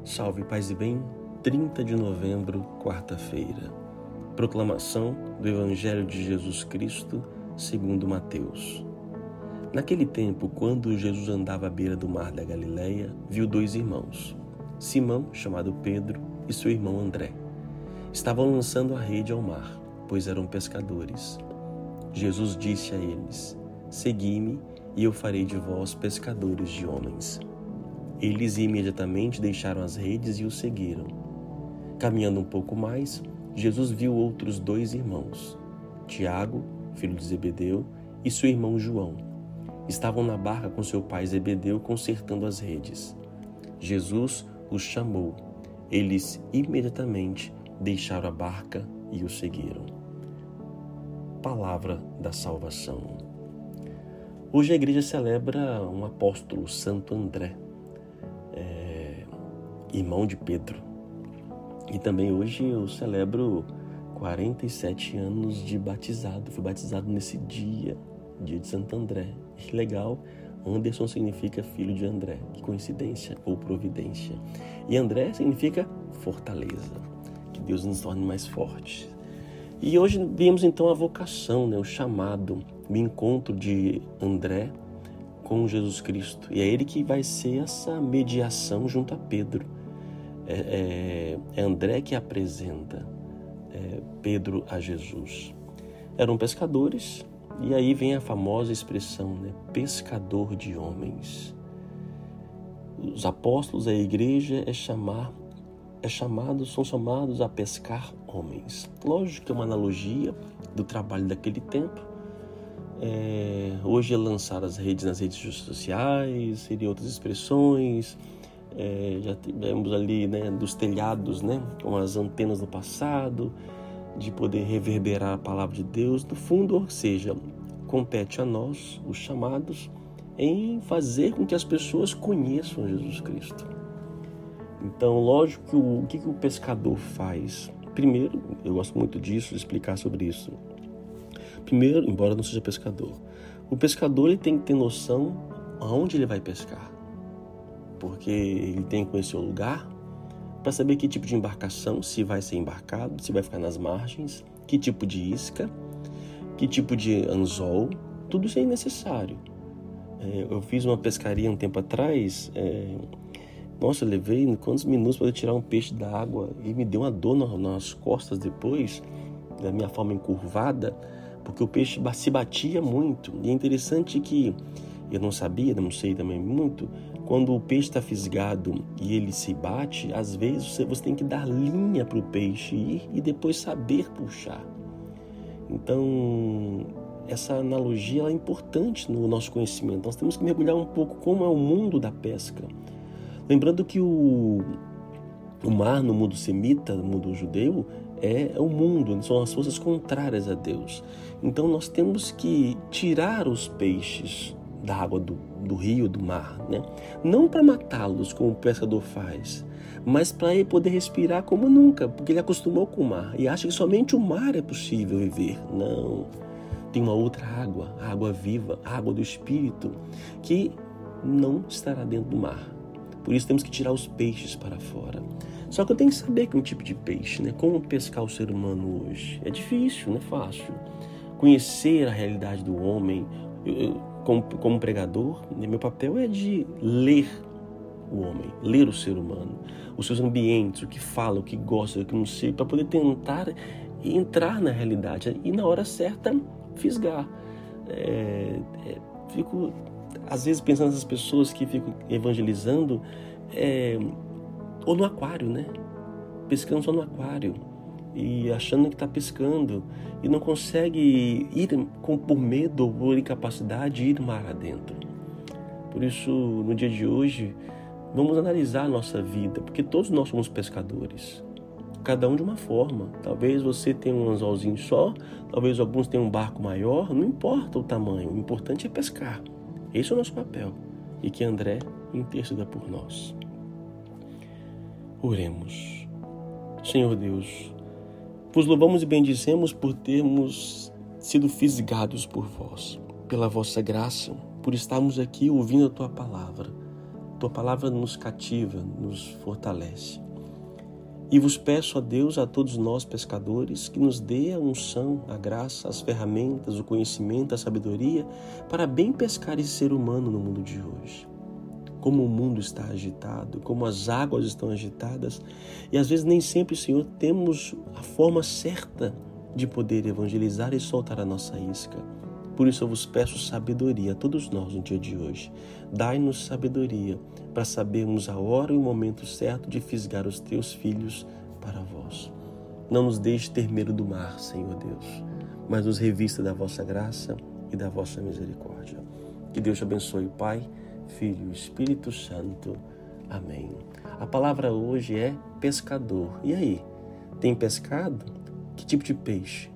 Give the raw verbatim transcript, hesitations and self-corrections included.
Salve, paz e bem, trinta de novembro, quarta-feira. Proclamação do Evangelho de Jesus Cristo, segundo Mateus. Naquele tempo, quando Jesus andava à beira do mar da Galileia, viu dois irmãos, Simão, chamado Pedro, e seu irmão André. Estavam lançando a rede ao mar, pois eram pescadores. Jesus disse a eles: Segui-me, e eu farei de vós pescadores de homens. Eles imediatamente deixaram as redes e o seguiram. Caminhando um pouco mais, Jesus viu outros dois irmãos, Tiago, filho de Zebedeu, e seu irmão João. Estavam na barca com seu pai Zebedeu consertando as redes. Jesus os chamou. Eles imediatamente deixaram a barca e o seguiram. Palavra da salvação. Hoje a igreja celebra um apóstolo, Santo André, é, irmão de Pedro. E também hoje eu celebro quarenta e sete anos de batizado. Fui batizado nesse dia, dia de Santo André. Que legal, Anderson significa filho de André. Que coincidência ou providência. E André significa fortaleza. Que Deus nos torne mais fortes. E hoje vemos então a vocação, né, o chamado, o encontro de André com Jesus Cristo. E é ele que vai ser essa mediação junto a Pedro. É, é, é André que apresenta é, Pedro a Jesus. Eram pescadores, e aí vem a famosa expressão, né, pescador de homens. Os apóstolos, a igreja é chamar, é chamado, são chamados a pescar homens. Lógico que é uma analogia do trabalho daquele tempo. É, hoje é lançar as redes nas redes sociais, seriam outras expressões. É, já tivemos ali, né, dos telhados, né, com as antenas do passado, de poder reverberar a palavra de Deus. No fundo, ou seja, compete a nós, os chamados, em fazer com que as pessoas conheçam Jesus Cristo. Então, lógico que o, o que, que o pescador faz? Primeiro, eu gosto muito disso, de explicar sobre isso. Primeiro, embora não seja pescador, o pescador ele tem que ter noção aonde ele vai pescar. Porque ele tem que conhecer o lugar para saber que tipo de embarcação, se vai ser embarcado, se vai ficar nas margens, que tipo de isca, que tipo de anzol, tudo isso é necessário. É, eu fiz uma pescaria um tempo atrás, é, nossa, eu levei quantos minutos para tirar um peixe da água e me deu uma dor nas costas depois, da minha forma encurvada, porque o peixe se batia muito. E é interessante que eu não sabia, não sei também muito, quando o peixe está fisgado e ele se bate, às vezes você, você tem que dar linha para o peixe ir e depois saber puxar. Então, essa analogia ela é importante no nosso conhecimento. Nós temos que mergulhar um pouco como é o mundo da pesca. Lembrando que o, o mar no mundo semita, no mundo judeu, é, é o mundo, são as forças contrárias a Deus. Então nós temos que tirar os peixes da água do, do rio, do mar, né? Não para matá-los, como o pescador faz, mas para ele poder respirar como nunca, porque ele acostumou com o mar e acha que somente o mar é possível viver. Não, tem uma outra água, a água viva, a água do Espírito, que não estará dentro do mar. Por isso temos que tirar os peixes para fora. Só que eu tenho que saber que é um tipo de peixe, né? Como pescar o ser humano hoje? É difícil, não é fácil. Conhecer a realidade do homem. Eu, eu, como, como pregador, né, meu papel é de ler o homem, ler o ser humano, os seus ambientes, o que fala, o que gosta, o que não sei, para poder tentar entrar na realidade e na hora certa fisgar. É, é, fico às vezes pensando nessas pessoas que ficam evangelizando, é, ou no aquário, né? Pescando só no aquário e achando que está pescando e não consegue ir com, por medo ou por incapacidade ir mar adentro. Por isso, no dia de hoje, vamos analisar a nossa vida, porque todos nós somos pescadores, cada um de uma forma. Talvez você tenha um anzolzinho só, talvez alguns tenham um barco maior, não importa o tamanho, o importante é pescar. Esse é o nosso papel, e que André interceda por nós. Oremos. Senhor Deus, vos louvamos e bendizemos por termos sido fisgados por vós, pela vossa graça, por estarmos aqui ouvindo a tua palavra. Tua palavra nos cativa, nos fortalece. E vos peço, ó Deus, a todos nós pescadores, que nos dê a unção, a graça, as ferramentas, o conhecimento, a sabedoria, para bem pescar esse ser humano no mundo de hoje. Como o mundo está agitado, como as águas estão agitadas, e às vezes nem sempre, Senhor, temos a forma certa de poder evangelizar e soltar a nossa isca. Por isso eu vos peço sabedoria a todos nós no dia de hoje. Dai-nos sabedoria para sabermos a hora e o momento certo de fisgar os teus filhos para vós. Não nos deixe ter medo do mar, Senhor Deus, mas nos revista da vossa graça e da vossa misericórdia. Que Deus te abençoe, Pai, Filho e Espírito Santo. Amém. A palavra hoje é pescador. E aí, tem pescado? Que tipo de peixe